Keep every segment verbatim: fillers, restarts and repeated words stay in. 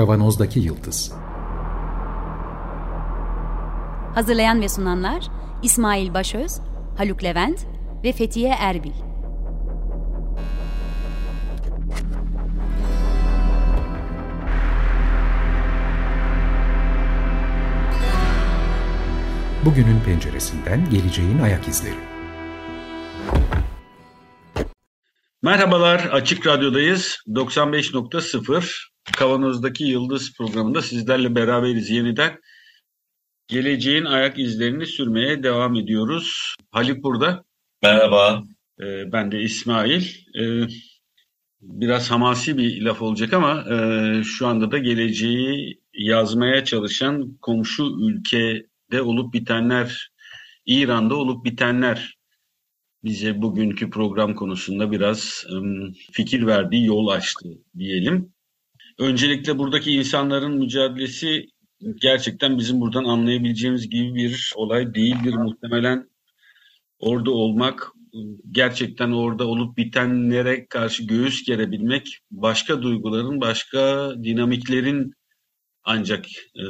Kavanozdaki Yıldız. Hazırlayan ve sunanlar İsmail Başöz, Haluk Levent ve Fethiye Erbil. Bugünün penceresinden geleceğin ayak izleri. Merhabalar, Açık Radyo'dayız. doksan beş nokta sıfır Kavanoz'daki Yıldız programında sizlerle beraberiz yeniden. Geleceğin ayak izlerini sürmeye devam ediyoruz. Haluk burada. Merhaba. Ee, ben de İsmail. Ee, biraz hamasi bir laf olacak ama e, şu anda da geleceği yazmaya çalışan komşu ülkede olup bitenler, İran'da olup bitenler bize bugünkü program konusunda biraz um, fikir verdiği, yol açtı diyelim. Öncelikle buradaki insanların mücadelesi gerçekten bizim buradan anlayabileceğimiz gibi bir olay değildir. Muhtemelen orada olmak, gerçekten orada olup bitenlere karşı göğüs gerebilmek, başka duyguların, başka dinamiklerin ancak e,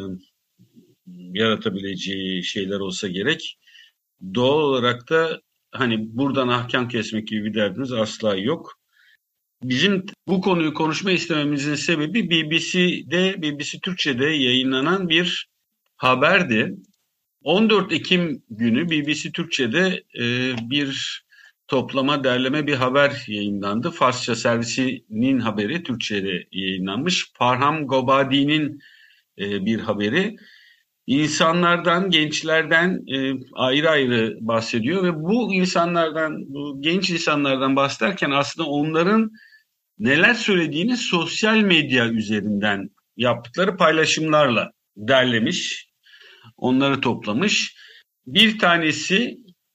yaratabileceği şeyler olsa gerek. Doğal olarak da hani buradan ahkam kesmek gibi bir derdimiz asla yok. Bizim bu konuyu konuşma istememizin sebebi B B C'de, B B C Türkçe'de yayınlanan bir haberdi. on dört Ekim günü B B C Türkçe'de e, bir toplama, derleme bir haber yayınlandı. Farsça servisinin haberi Türkçe'de yayınlanmış. Farham Gobadi'nin e, bir haberi. İnsanlardan, gençlerden e, ayrı ayrı bahsediyor ve bu insanlardan, bu genç insanlardan bahsederken aslında onların neler söylediğini sosyal medya üzerinden yaptıkları paylaşımlarla derlemiş, onları toplamış. Bir tanesi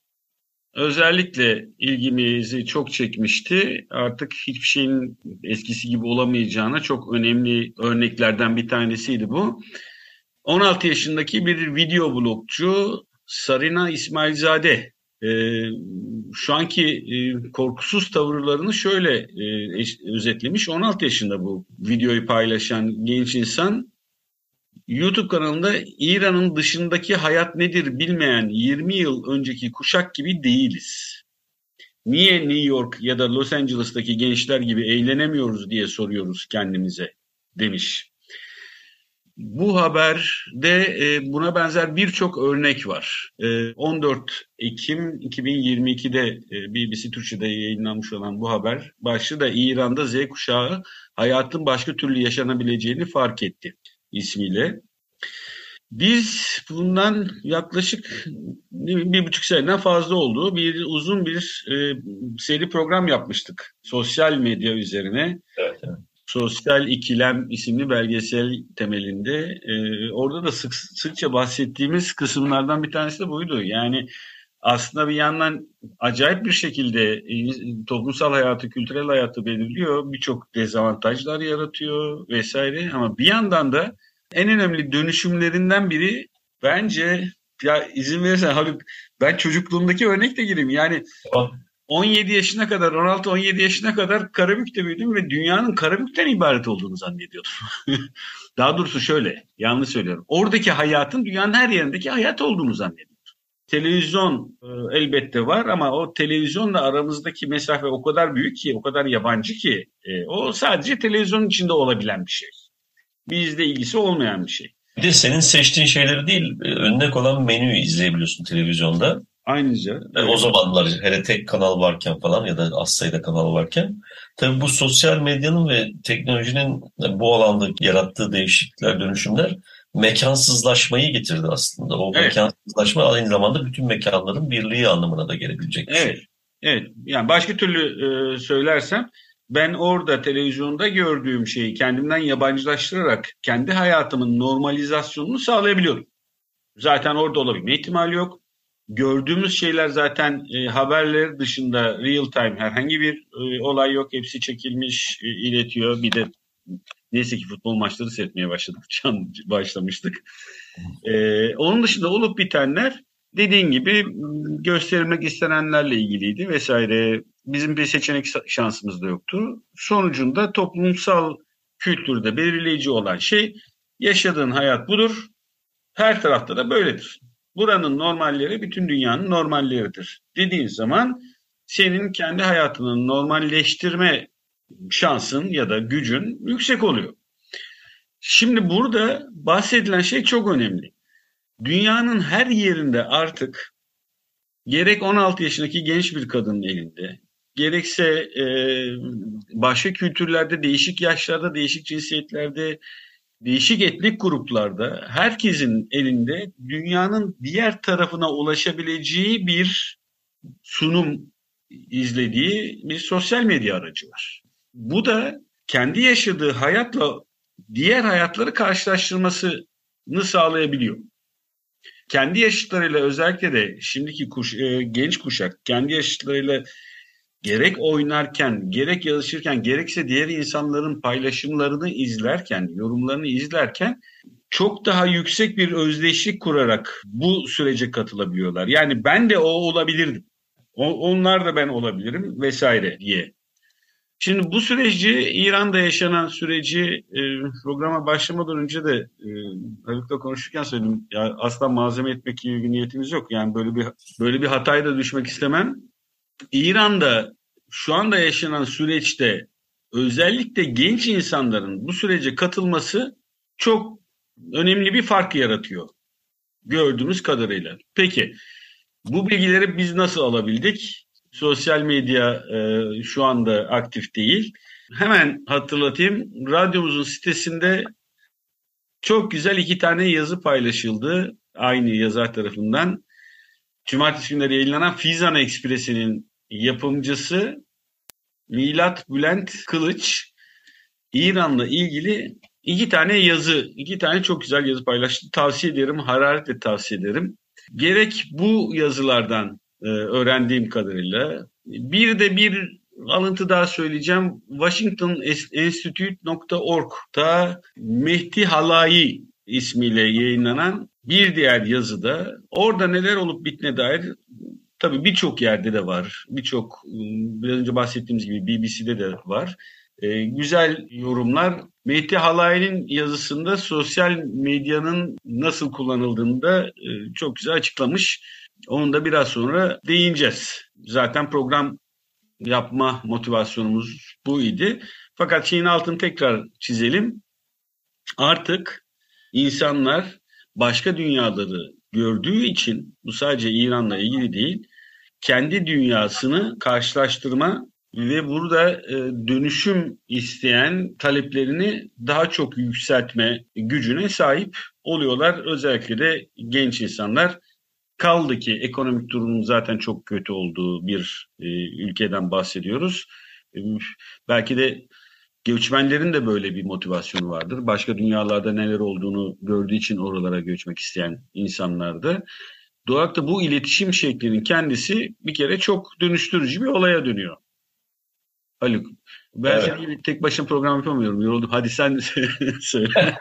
özellikle ilgimizi çok çekmişti. Artık hiçbir şeyin eskisi gibi olamayacağına çok önemli örneklerden bir tanesiydi bu. on altı yaşındaki bir video blogcu Sarina İsmailzade e, şu anki e, korkusuz tavırlarını şöyle e, özetlemiş. on altı yaşında bu videoyu paylaşan genç insan YouTube kanalında İran'ın dışındaki hayat nedir bilmeyen yirmi yıl önceki kuşak gibi değiliz. Niye New York ya da Los Angeles'taki gençler gibi eğlenemiyoruz diye soruyoruz kendimize demiş. Bu haberde e, buna benzer birçok örnek var. E, on dört Ekim iki bin yirmi ikide e, B B C Türkçe'de yayınlanmış olan bu haber başlığı da İran'da Z kuşağı hayatın başka türlü yaşanabileceğini fark etti ismiyle. Biz bundan yaklaşık bir buçuk seneden fazla oldu. Bir uzun bir e, seri program yapmıştık sosyal medya üzerine. Evet, evet. Sosyal İkilem isimli belgesel temelinde. Ee, orada da sık, sıkça bahsettiğimiz kısımlardan bir tanesi de buydu. Yani aslında bir yandan acayip bir şekilde toplumsal hayatı, kültürel hayatı belirliyor. Birçok dezavantajlar yaratıyor vesaire. Ama bir yandan da en önemli dönüşümlerinden biri bence, ya izin verirsen Haluk, ben çocukluğumdaki örnek de gireyim. Yani on yedi yaşına kadar, on altı on yedi yaşına kadar Karabük'te büyüdüm ve dünyanın Karabük'ten ibaret olduğunu zannediyordum. Daha doğrusu şöyle, yanlış söylüyorum. Oradaki hayatın dünyanın her yerindeki hayat olduğunu zannediyordum. Televizyon e, elbette var ama o televizyonla aramızdaki mesafe o kadar büyük ki, o kadar yabancı ki, e, o sadece televizyonun içinde olabilen bir şey. Bizle ilgisi olmayan bir şey. Bir de senin seçtiğin şeyleri değil, önüne konan menüyü izleyebiliyorsun televizyonda. Aynıca. Evet. O zamanlar hele tek kanal varken falan ya da az sayıda kanal varken tabii bu sosyal medyanın ve teknolojinin bu alanda yarattığı değişiklikler, dönüşümler mekansızlaşmayı getirdi aslında. O evet. Mekansızlaşma aynı zamanda bütün mekanların birliği anlamına da gelebilecek bir evet. şey. Evet. Yani başka türlü e, söylersem ben orada televizyonda gördüğüm şeyi kendimden yabancılaştırarak kendi hayatımın normalizasyonunu sağlayabiliyorum. Zaten orada olabilme ihtimali yok. Gördüğümüz şeyler zaten e, haberler dışında real time herhangi bir e, olay yok. Hepsi çekilmiş, e, iletiyor. Bir de neyse ki futbol maçları seyretmeye başladık, başlamıştık. E, onun dışında olup bitenler dediğin gibi gösterilmek istenenlerle ilgiliydi vesaire. Bizim bir seçenek şansımız da yoktu. Sonucunda toplumsal kültürde belirleyici olan şey yaşadığın hayat budur. Her tarafta da böyledir. Buranın normalleri bütün dünyanın normalleridir dediğin zaman senin kendi hayatını normalleştirme şansın ya da gücün yüksek oluyor. Şimdi burada bahsedilen şey çok önemli. Dünyanın her yerinde artık gerek on altı yaşındaki genç bir kadının elinde, gerekse e, başka kültürlerde, değişik yaşlarda, değişik cinsiyetlerde, değişik etnik gruplarda herkesin elinde dünyanın diğer tarafına ulaşabileceği bir sunum izlediği bir sosyal medya aracı var. Bu da kendi yaşadığı hayatla diğer hayatları karşılaştırmasını sağlayabiliyor. Kendi yaşıtlarıyla özellikle de şimdiki kuş, e, genç kuşak kendi yaşıtlarıyla gerek oynarken, gerek yazışırken, gerekse diğer insanların paylaşımlarını izlerken, yorumlarını izlerken çok daha yüksek bir özdeşlik kurarak bu sürece katılabiliyorlar. Yani ben de o olabilirdim. O, onlar da ben olabilirim vesaire diye. Şimdi bu süreci, İran'da yaşanan süreci e, programa başlamadan önce de e, Haluk'la konuşurken söyledim. Ya asla malzeme etmek gibi bir niyetimiz yok. Yani böyle bir böyle bir hataya da düşmek istemem. İran'da şu anda yaşanan süreçte özellikle genç insanların bu sürece katılması çok önemli bir fark yaratıyor gördüğümüz kadarıyla. Peki bu bilgileri biz nasıl alabildik? Sosyal medya e, şu anda aktif değil. Hemen hatırlatayım. Radyomuzun sitesinde çok güzel iki tane yazı paylaşıldı. Aynı yazar tarafından. Cumartesi günleri yayınlanan Fizan Ekspresi'nin yapımcısı Milat Bülent Kılıç İran'la ilgili iki tane yazı, iki tane çok güzel yazı paylaştı. Tavsiye ederim, hararetle tavsiye ederim. Gerek bu yazılardan e, öğrendiğim kadarıyla bir de bir alıntı daha söyleyeceğim. Washington Institute nokta org'da Mehdi Halayi ismiyle yayınlanan bir diğer yazıda orada neler olup bittiğine dair tabii birçok yerde de var. Birçok biraz önce bahsettiğimiz gibi B B C'de de var. Ee, güzel yorumlar. Mehdi Halayi'nin yazısında sosyal medyanın nasıl kullanıldığını da e, çok güzel açıklamış. Onu da biraz sonra değineceğiz. Zaten program yapma motivasyonumuz bu idi. Fakat şeyin altını tekrar çizelim. Artık insanlar başka dünyaları gördüğü için bu sadece İran'la ilgili değil, kendi dünyasını karşılaştırma ve burada e, dönüşüm isteyen taleplerini daha çok yükseltme gücüne sahip oluyorlar. Özellikle de genç insanlar. Kaldı ki ekonomik durumun zaten çok kötü olduğu bir e, ülkeden bahsediyoruz. E, belki de göçmenlerin de böyle bir motivasyonu vardır. Başka dünyalarda neler olduğunu gördüğü için oralara göçmek isteyen insanlar da. Doğal olarak da bu iletişim şeklinin kendisi bir kere çok dönüştürücü bir olaya dönüyor. Haluk, ben evet. Seni tek başına program yapamıyorum. Yoruldum. Hadi sen söyle.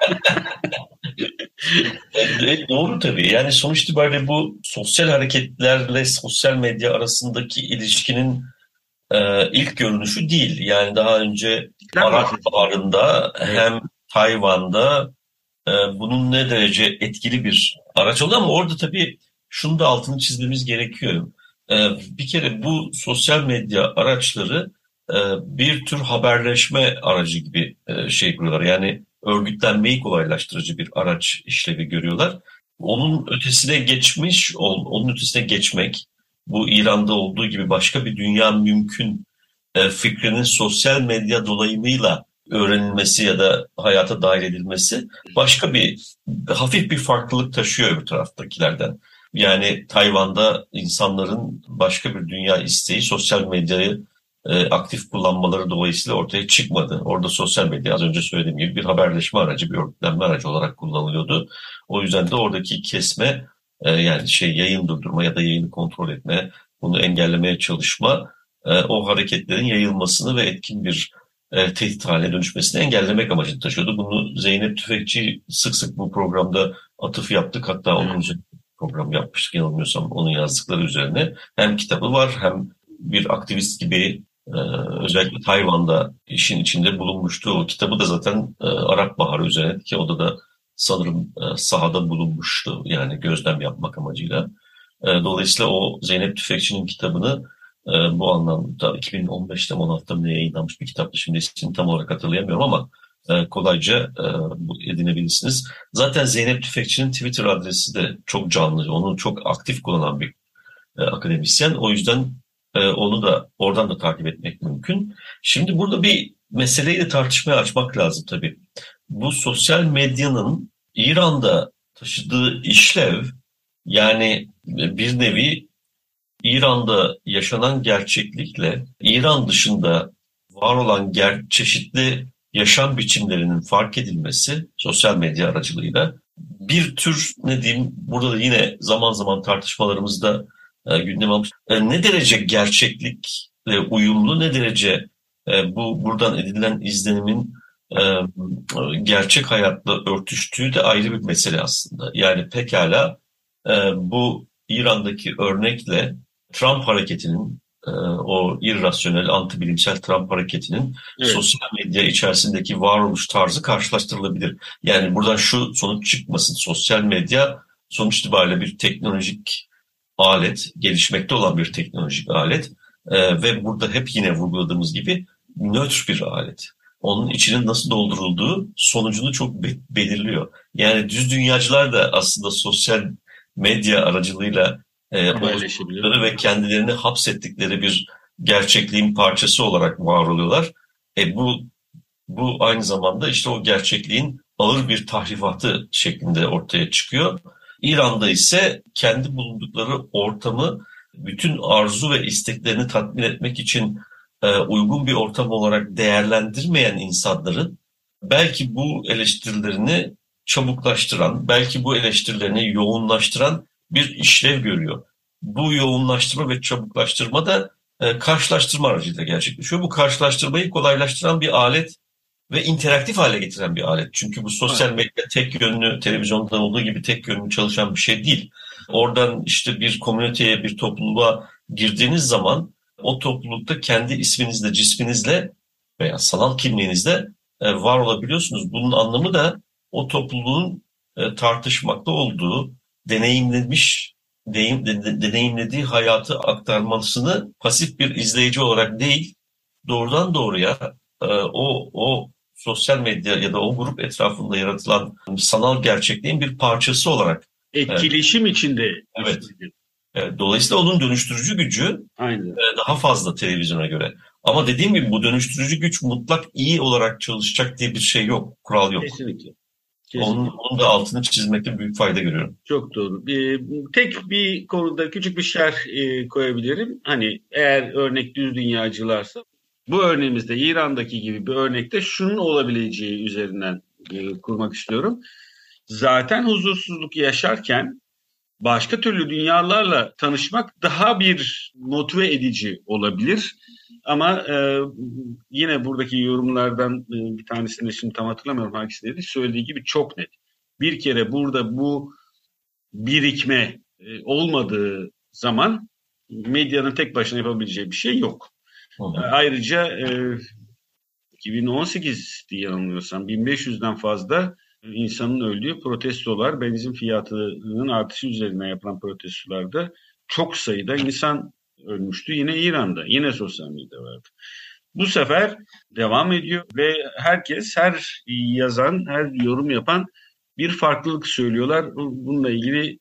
Evet, doğru tabii. Yani sonuç itibariyle bu sosyal hareketlerle sosyal medya arasındaki ilişkinin e, ilk görünüşü değil. Yani daha önce Arap Baharı'nda evet. hem Tayvan'da e, bunun ne derece etkili bir araç oldu ama orada tabii şunu da altını çizmemiz gerekiyor. E, bir kere bu sosyal medya araçları e, bir tür haberleşme aracı gibi e, şey yapıyorlar. Yani örgütlenmeyi kolaylaştırıcı bir araç işlevi görüyorlar. Onun ötesine geçmiş, onun ötesine geçmek, bu İran'da olduğu gibi başka bir dünya mümkün e, fikrinin sosyal medya dolayımıyla öğrenilmesi ya da hayata dahil edilmesi başka bir, hafif bir farklılık taşıyor öbür taraftakilerden. Yani Tayvan'da insanların başka bir dünya isteği sosyal medyayı e, aktif kullanmaları dolayısıyla ortaya çıkmadı. Orada sosyal medya az önce söylediğim gibi bir haberleşme aracı, bir örgütlenme aracı olarak kullanılıyordu. O yüzden de oradaki kesme, e, yani şey yayın durdurma ya da yayını kontrol etme, bunu engellemeye çalışma, e, o hareketlerin yayılmasını ve etkin bir e, tehdit haline dönüşmesini engellemek amacını taşıyordu. Bunu Zeynep Tüfekçi sık sık bu programda atıf yaptık. Hatta onun üzerine program yapmıştık yanılmıyorsam onun yazdıkları üzerine. Hem kitabı var hem bir aktivist gibi Ee, özellikle Tayvan'da işin içinde bulunmuştu. O kitabı da zaten e, Arap Baharı üzerine ki o da da sanırım e, sahada bulunmuştu. Yani gözlem yapmak amacıyla. E, dolayısıyla o Zeynep Tüfekçi'nin kitabını e, bu anlamda iki bin on beşte mi on altıda mı yayınlanmış bir kitaptı. Şimdi ismini tam olarak hatırlayamıyorum ama e, kolayca e, bu edinebilirsiniz. Zaten Zeynep Tüfekçi'nin Twitter adresi de çok canlı. Onu çok aktif kullanan bir e, akademisyen. O yüzden e, onu da oradan da takip etmek mümkün. Şimdi burada bir meseleyi de tartışmaya açmak lazım tabii. Bu sosyal medyanın İran'da taşıdığı işlev, yani bir nevi İran'da yaşanan gerçeklikle İran dışında var olan ger- çeşitli yaşam biçimlerinin fark edilmesi sosyal medya aracılığıyla bir tür, ne diyeyim, burada da yine zaman zaman tartışmalarımızda e, gündeme almış. E, ne derece gerçeklikle uyumlu, ne derece e, bu buradan edinilen izlenimin e, gerçek hayatla örtüştüğü de ayrı bir mesele aslında. Yani pekala e, bu İran'daki örnekle Trump hareketinin, e, o irrasyonel, antibilimsel Trump hareketinin evet, sosyal medya içerisindeki varoluş tarzı karşılaştırılabilir. Yani buradan şu sonuç çıkmasın: sosyal medya sonuç itibariyle bir teknolojik alet, gelişmekte olan bir teknolojik alet e, ve burada hep yine vurguladığımız gibi nötr bir alet. Onun içinin nasıl doldurulduğu sonucunu çok be- belirliyor. Yani düz dünyacılar da aslında sosyal medya aracılığıyla e, oldukları ve kendilerini hapsettikleri bir gerçekliğin parçası olarak var oluyorlar. E, bu bu aynı zamanda işte o gerçekliğin ağır bir tahrifatı şeklinde ortaya çıkıyor. İran'da ise kendi bulundukları ortamı bütün arzu ve isteklerini tatmin etmek için e, uygun bir ortam olarak değerlendirmeyen insanların belki bu eleştirilerini çabuklaştıran, belki bu eleştirilerini yoğunlaştıran bir işlev görüyor. Bu yoğunlaştırma ve çabuklaştırma da e, karşılaştırma aracıyla gerçekleşiyor. Bu karşılaştırmayı kolaylaştıran bir alet ve interaktif hale getiren bir alet. Çünkü bu sosyal medya tek yönlü, televizyonda olduğu gibi tek yönlü çalışan bir şey değil. Oradan işte bir komüniteye, bir topluluğa girdiğiniz zaman o toplulukta kendi isminizle, cisminizle veya sanal kimliğinizle e, var olabiliyorsunuz. Bunun anlamı da o topluluğun e, tartışmakta olduğu, deneyimlemiş, deyim, de, de, deneyimlediği hayatı aktarmasını pasif bir izleyici olarak değil, doğrudan doğruya e, o o sosyal medya ya da o grup etrafında yaratılan sanal gerçekliğin bir parçası olarak etkileşim evet, içinde. Evet. Evet. Dolayısıyla onun dönüştürücü gücü Aynen. daha fazla televizyona göre. Ama dediğim gibi bu dönüştürücü güç mutlak iyi olarak çalışacak diye bir şey yok, kural yok. Kesinlikle. Kesinlikle. Onun, onun da altını çizmekte büyük fayda görüyorum. Çok doğru. Bir, tek bir konuda küçük bir şerh e, koyabilirim. Hani eğer örnek düz dünyacılarsa, bu örneğimizde İran'daki gibi bir örnekte şunun olabileceği üzerinden e, kurmak istiyorum. Zaten huzursuzluk yaşarken başka türlü dünyalarla tanışmak daha bir motive edici olabilir. Ama e, yine buradaki yorumlardan e, bir tanesini şimdi tam hatırlamıyorum hangisiydi, söylediği gibi çok net. Bir kere burada bu birikme e, olmadığı zaman medyanın tek başına yapabileceği bir şey yok. Hı-hı. Ayrıca e, iki bin on sekiz diye yanılmıyorsam bin beş yüzden fazla insanın öldüğü protestolar, benzin fiyatının artışı üzerine yapılan protestolarda çok sayıda insan ölmüştü. Yine İran'da, yine sosyal medya vardı. Bu sefer devam ediyor ve herkes, her yazan, her yorum yapan bir farklılık söylüyorlar. Bununla ilgili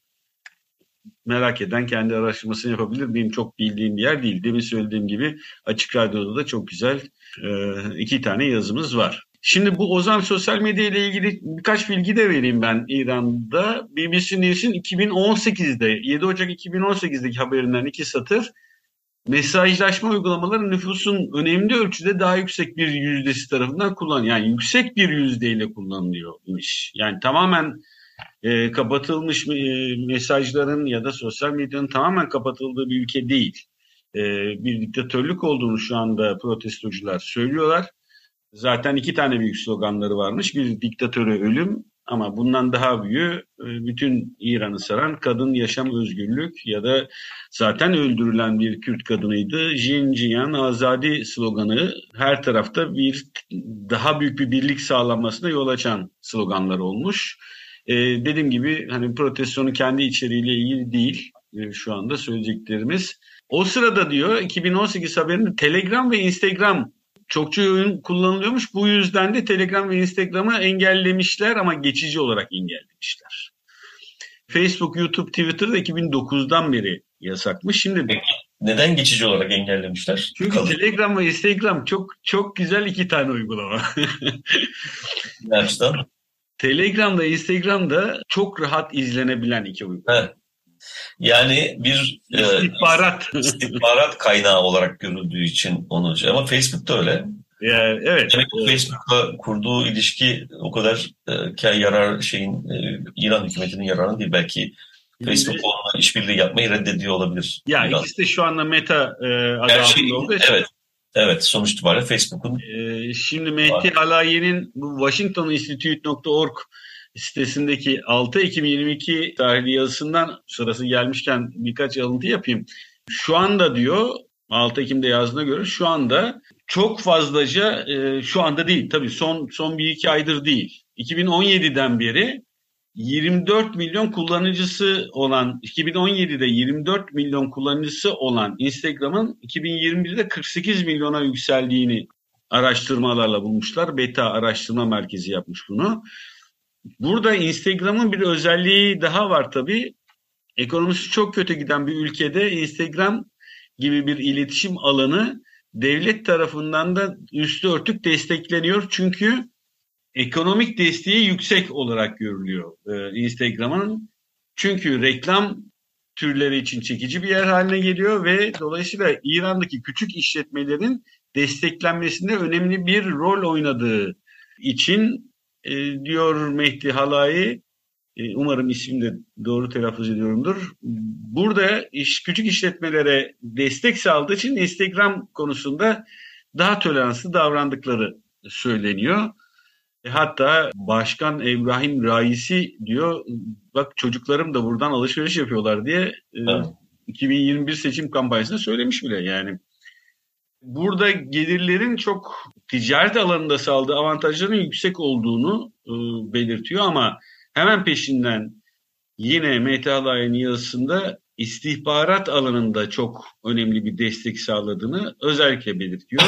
merak eden kendi araştırmasını yapabilir. Benim çok bildiğim bir yer değil. Demin söylediğim gibi Açık Radyo'da da çok güzel iki tane yazımız var. Şimdi bu Ozan sosyal medya ile ilgili birkaç bilgi de vereyim ben İran'da. B B C News'in iki bin on sekizde, yedi Ocak iki bin on sekizdeki haberinden iki satır. Mesajlaşma uygulamaları nüfusun önemli ölçüde daha yüksek bir yüzdesi tarafından kullanılıyor. Yani yüksek bir yüzdeyle kullanılıyormuş. Yani tamamen e, kapatılmış e, mesajların ya da sosyal medyanın tamamen kapatıldığı bir ülke değil. E, bir diktatörlük olduğunu şu anda protestocular söylüyorlar. Zaten iki tane büyük sloganları varmış. Bir, diktatörü ölüm, Ama bundan daha büyüğü bütün İran'ı saran kadın yaşam özgürlük ya da zaten öldürülen bir Kürt kadınıydı. Jin Jiyan Azadi sloganı her tarafta bir daha büyük bir birlik sağlanmasına yol açan sloganlar olmuş. Ee, dediğim gibi hani protestonun kendi içeriğiyle ilgili değil e, şu anda söyleyeceklerimiz. O sırada diyor iki bin on sekiz haberinde Telegram ve Instagram çokça oyun kullanılıyormuş. Bu yüzden de Telegram ve Instagram'ı engellemişler ama geçici olarak engellemişler. Facebook, YouTube, Twitter da iki bin dokuzdan beri yasakmış. Şimdi Peki, neden geçici olarak engellemişler? çünkü Kalın. Telegram ve Instagram çok çok güzel iki tane uygulama. Ne açıdan? Telegram'da, Instagram'da çok rahat izlenebilen iki uygulama. He. Yani bir İstihbarat. e, istihbarat kaynağı olarak görüldüğü için onu ama Facebook da öyle. Yani, evet. Demek ki Facebook'la kurduğu ilişki o kadar e, yarar şeyin e, İran hükümetinin yararı değil. Belki Facebook onunla işbirliği yapmayı reddediyor olabilir. Ya İran. ikisi de şu anda Meta e, adı Her şey, altında olduğu için. evet. Evet, sonuç itibariyle Facebook'un E, şimdi Mehdi Halayi'nin bu washington institute nokta org sitesindeki altı Ekim yirmi iki tarihli yazısından sırası gelmişken birkaç alıntı yapayım. Şu anda diyor altı Ekim'de yazdığına göre şu anda çok fazlaca e, şu anda değil tabii son son bir iki aydır değil. iki bin on yediden beri yirmi dört milyon kullanıcısı olan iki bin on yedide yirmi dört milyon kullanıcısı olan Instagram'ın iki bin yirmi birde kırk sekiz milyona yükseldiğini araştırmalarla bulmuşlar. Beta Araştırma Merkezi yapmış bunu. Burada Instagram'ın bir özelliği daha var tabii. Ekonomisi çok kötü giden bir ülkede Instagram gibi bir iletişim alanı devlet tarafından da üstü örtük destekleniyor. Çünkü ekonomik desteği yüksek olarak görülüyor e, Instagram'ın. Çünkü reklam türleri için çekici bir yer haline geliyor ve dolayısıyla İran'daki küçük işletmelerin desteklenmesinde önemli bir rol oynadığı için e, diyor Mehdi Halayi, e, umarım ismini de doğru telaffuz ediyorumdur. Burada iş, küçük işletmelere destek sağladığı için Instagram konusunda daha toleranslı davrandıkları söyleniyor. Hatta Başkan İbrahim Raisi diyor bak çocuklarım da buradan alışveriş yapıyorlar diye evet. iki bin yirmi bir seçim kampanyasında söylemiş bile yani. Burada gelirlerin çok ticaret alanında sağladığı avantajların yüksek olduğunu e, belirtiyor ama hemen peşinden yine Mehdi Halayi'nin yazısında istihbarat alanında çok önemli bir destek sağladığını özellikle belirtiyor.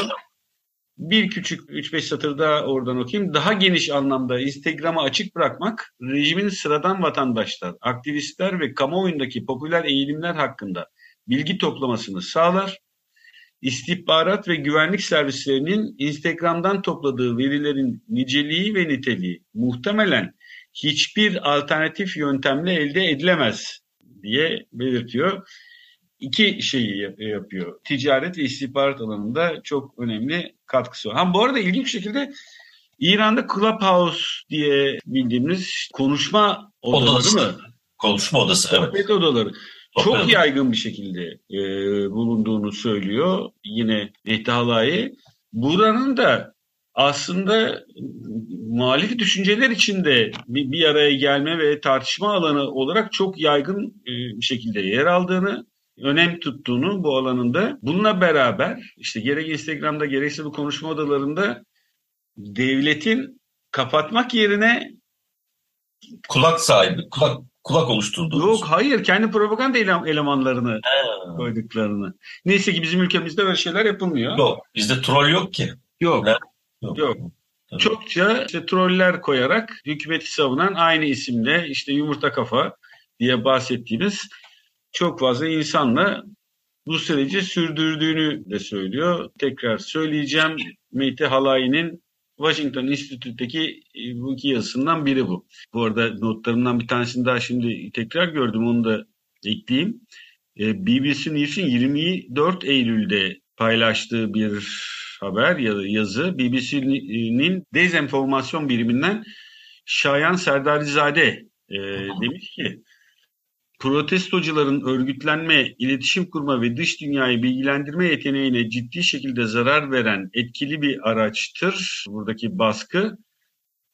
Bir küçük üç beş satır daha oradan okuyayım. Daha geniş anlamda Instagram'ı açık bırakmak, rejimin sıradan vatandaşlar, aktivistler ve kamuoyundaki popüler eğilimler hakkında bilgi toplamasını sağlar. İstihbarat ve güvenlik servislerinin Instagram'dan topladığı verilerin niceliği ve niteliği muhtemelen hiçbir alternatif yöntemle elde edilemez diye belirtiyor. İki şeyi yapıyor. Ticaret ve istihbarat alanında çok önemli katkısı var. Ha, bu arada ilginç şekilde İran'da Clubhouse diye bildiğimiz konuşma odaları odası. mı? Konuşma odası, evet. Sohbet odaları. Çok yaygın bir şekilde e, bulunduğunu söylüyor yine Mehdi Halayi. Buranın da aslında muhalif düşünceler içinde bir, bir araya gelme ve tartışma alanı olarak çok yaygın e, bir şekilde yer aldığını, önem tuttuğunu bu alanında. Bununla beraber işte gerek Instagram'da gerekse bu konuşma odalarında devletin kapatmak yerine kulak sahibi, kulak kulak oluşturduğumuz. Yok hayır kendi propaganda elemanlarını ha. koyduklarını. Neyse ki bizim ülkemizde öyle şeyler yapılmıyor. Yok bizde troll yok ki. Yok. Ne? Yok. Yok. Tabii. Çokça işte troller koyarak hükümeti savunan aynı isimle işte yumurta kafa diye bahsettiğimiz çok fazla insanla bu süreci sürdürdüğünü de söylüyor. Tekrar söyleyeceğim. Mehdi Halayi'nin Washington Institute'deki bu iki yazısından biri bu. Bu arada notlarımdan bir tanesini daha şimdi tekrar gördüm. Onu da ekleyeyim. B B C News'un yirmi dört Eylül'de paylaştığı bir haber ya da yazı. B B C'nin dezenformasyon biriminden Şayan Serdarizade e, demiş ki protestocuların örgütlenme, iletişim kurma ve dış dünyayı bilgilendirme yeteneğine ciddi şekilde zarar veren etkili bir araçtır. Buradaki baskı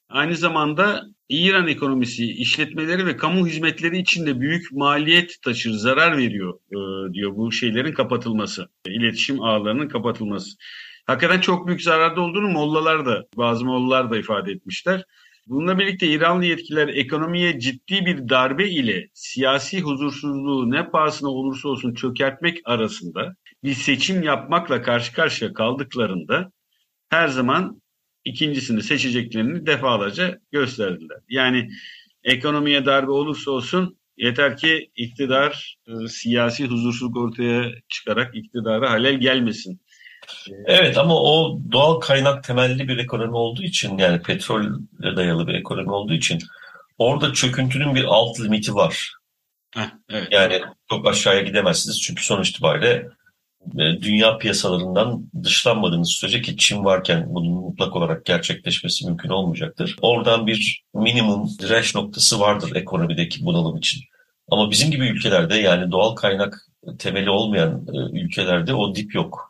Aynı zamanda İran ekonomisi, işletmeleri ve kamu hizmetleri için de büyük maliyet taşır, zarar veriyor e, diyor bu şeylerin kapatılması, iletişim ağlarının kapatılması. Hakikaten çok büyük zararda olduğunu mollalar da, bazı mollalar da ifade etmişler. Bununla birlikte İranlı yetkililer ekonomiye ciddi bir darbe ile siyasi huzursuzluğu ne pahasına olursa olsun çökertmek arasında bir seçim yapmakla karşı karşıya kaldıklarında her zaman ikincisini seçeceklerini defalarca gösterdiler. Yani ekonomiye darbe olursa olsun yeter ki iktidar e, siyasi huzursuzluk ortaya çıkarak iktidara halel gelmesin. Evet, ama o doğal kaynak temelli bir ekonomi olduğu için, yani petrolle dayalı bir ekonomi olduğu için orada çöküntünün bir alt limiti var. Heh, evet. Yani çok aşağıya gidemezsiniz çünkü sonuç itibariyle dünya piyasalarından dışlanmadığınız sürece, ki Çin varken bunun mutlak olarak gerçekleşmesi mümkün olmayacaktır. Oradan bir minimum direnç noktası vardır ekonomideki bunalım için. Ama bizim gibi ülkelerde, yani doğal kaynak temeli olmayan ülkelerde o dip yok.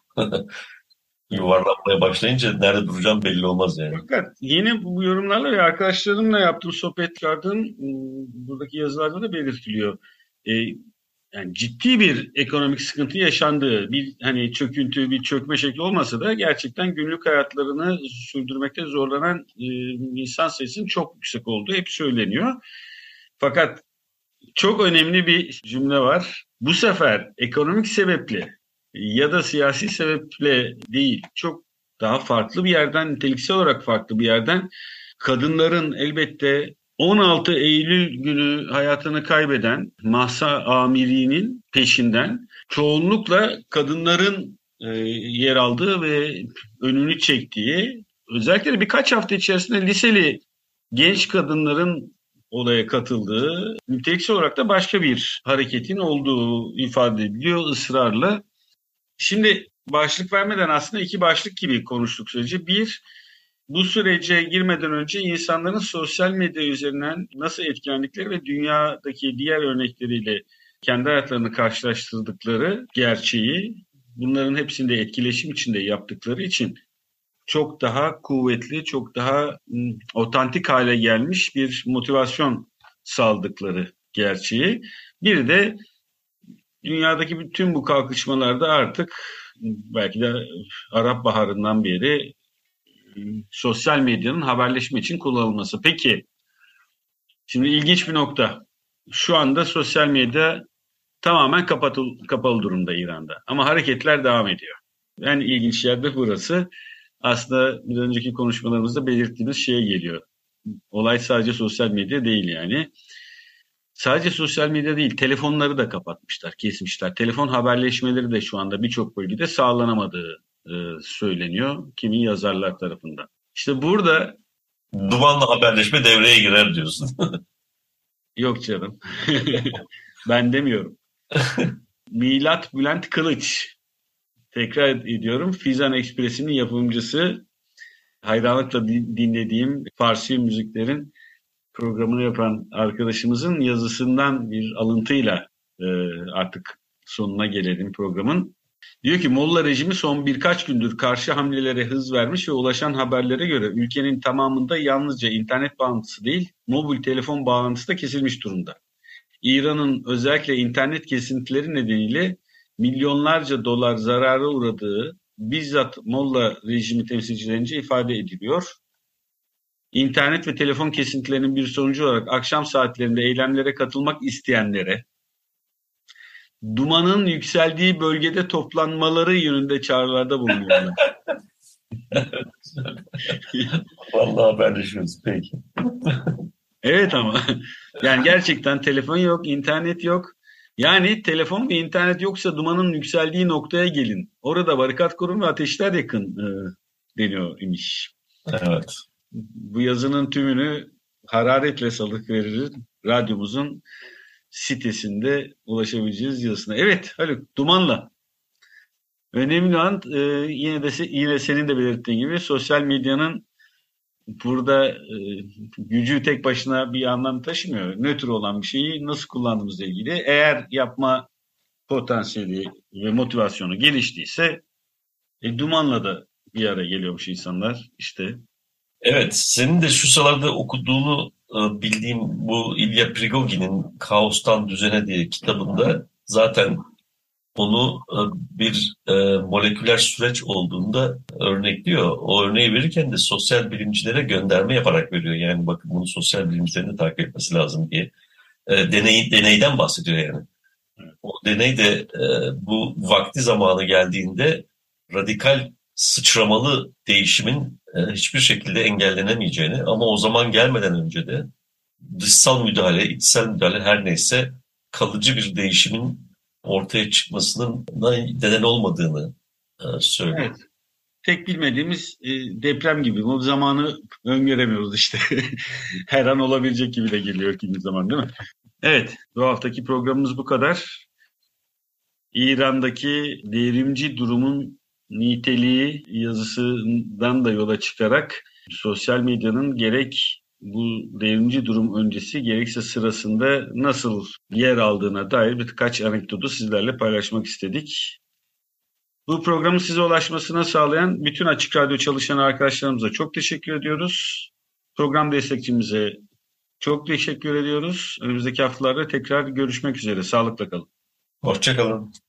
Yuvarlanmaya başlayınca nerede duracağım belli olmaz yani. Fakat yeni bu yorumlarla ve arkadaşlarımla yaptığım sohbetlerden buradaki yazılarda da belirtiliyor. Ee, yani ciddi bir ekonomik sıkıntı yaşandığı, bir hani çöküntü, bir çökme şekli olmasa da gerçekten günlük hayatlarını sürdürmekte zorlanan e, insan sayısının çok yüksek olduğu hep söyleniyor. Fakat çok önemli bir cümle var. Bu sefer ekonomik sebeple ya da siyasi sebeple değil, çok daha farklı bir yerden, niteliksel olarak farklı bir yerden kadınların elbette on altı Eylül günü hayatını kaybeden Mahsa Amini'nin peşinden çoğunlukla kadınların e, yer aldığı ve önünü çektiği, özellikle birkaç hafta içerisinde liseli genç kadınların olaya katıldığı, niteliksel olarak da başka bir hareketin olduğu ifade ediliyor ısrarla. Şimdi başlık vermeden aslında iki başlık gibi konuştuk sürece. Bir, bu sürece girmeden önce insanların sosyal medya üzerinden nasıl etkilendikleri ve dünyadaki diğer örnekleriyle kendi hayatlarını karşılaştırdıkları gerçeği, bunların hepsinde etkileşim içinde yaptıkları için çok daha kuvvetli, çok daha ım, otantik hale gelmiş bir motivasyon sağladıkları gerçeği. Bir de dünyadaki bütün bu kalkışmalarda artık belki de Arap Baharı'ndan beri sosyal medyanın haberleşme için kullanılması. Peki, şimdi ilginç bir nokta. Şu anda sosyal medya tamamen kapalı, kapalı durumda İran'da. Ama hareketler devam ediyor. En ilginç yer de burası. Aslında bir önceki konuşmalarımızda belirttiğimiz şeye geliyor. Olay sadece sosyal medya değil yani. Sadece sosyal medya değil, telefonları da kapatmışlar, kesmişler. Telefon haberleşmeleri de şu anda birçok bölgede sağlanamadığı e, söyleniyor kimi yazarlar tarafından. İşte burada dumanla haberleşme devreye girer diyorsun. Yok canım. Ben demiyorum. Milat Bülent Kılıç. Tekrar ediyorum. Fizan Ekspresi'nin yapımcısı. Hayranlıkla dinlediğim Farsi müziklerin programını yapan arkadaşımızın yazısından bir alıntıyla e, artık sonuna gelelim programın. Diyor ki Molla rejimi son birkaç gündür karşı hamlelere hız vermiş ve ulaşan haberlere göre ülkenin tamamında yalnızca internet bağlantısı değil, mobil telefon bağlantısı da kesilmiş durumda. İran'ın özellikle internet kesintileri nedeniyle milyonlarca dolar zarara uğradığı bizzat Molla rejimi temsilcilerince ifade ediliyor. İnternet ve telefon kesintilerinin bir sonucu olarak akşam saatlerinde eylemlere katılmak isteyenlere dumanın yükseldiği bölgede toplanmaları yönünde çağrılarda bulunuyorlar. Vallahi haberleşiyoruz peki. Evet ama yani gerçekten telefon yok, internet yok. Yani telefon ve internet yoksa dumanın yükseldiği noktaya gelin. Orada barikat kurun ve ateşler yakın e, deniyor imiş. Evet. Bu yazının tümünü hararetle salık verir. Radyomuzun sitesinde ulaşabileceğiz yazısına. Evet Haluk, dumanla. Önemli olan e, yine de yine senin de belirttiğin gibi sosyal medyanın burada e, gücü tek başına bir anlam taşımıyor. Nötr olan bir şeyi nasıl kullandığımızla ilgili. Eğer yapma potansiyeli ve motivasyonu geliştiyse e, dumanla da bir araya geliyormuş insanlar işte. Evet, senin de şu sıralarda okuduğunu e, bildiğim bu İlya Prigogin'in Kaostan Düzene diye kitabında zaten onu e, bir e, moleküler süreç olduğunda örnekliyor. O örneği verirken de sosyal bilimcilere gönderme yaparak veriyor. Yani bakın bunu sosyal bilimcilerin de takip etmesi lazım diye. E, deney, deneyden bahsediyor yani. O deney de e, bu vakti zamanı geldiğinde radikal sıçramalı değişimin e, hiçbir şekilde engellenemeyeceğini ama o zaman gelmeden önce de dışsal müdahale, içsel müdahale her neyse kalıcı bir değişimin ortaya çıkmasının neden olmadığını e, söylüyor. Evet. Tek bilmediğimiz e, deprem gibi. O zamanı öngöremiyoruz işte. Her an olabilecek gibi de geliyor kimi zaman, değil mi? Evet, bu haftaki programımız bu kadar. İran'daki devrimci durumun niteliği yazısından da yola çıkarak sosyal medyanın gerek bu devrimci durum öncesi gerekse sırasında nasıl yer aldığına dair birkaç anekdotu sizlerle paylaşmak istedik. Bu programın size ulaşmasına sağlayan bütün Açık Radyo çalışan arkadaşlarımıza çok teşekkür ediyoruz. Program destekçimize çok teşekkür ediyoruz. Önümüzdeki haftalarda tekrar görüşmek üzere. Sağlıkla kalın. Hoşça kalın.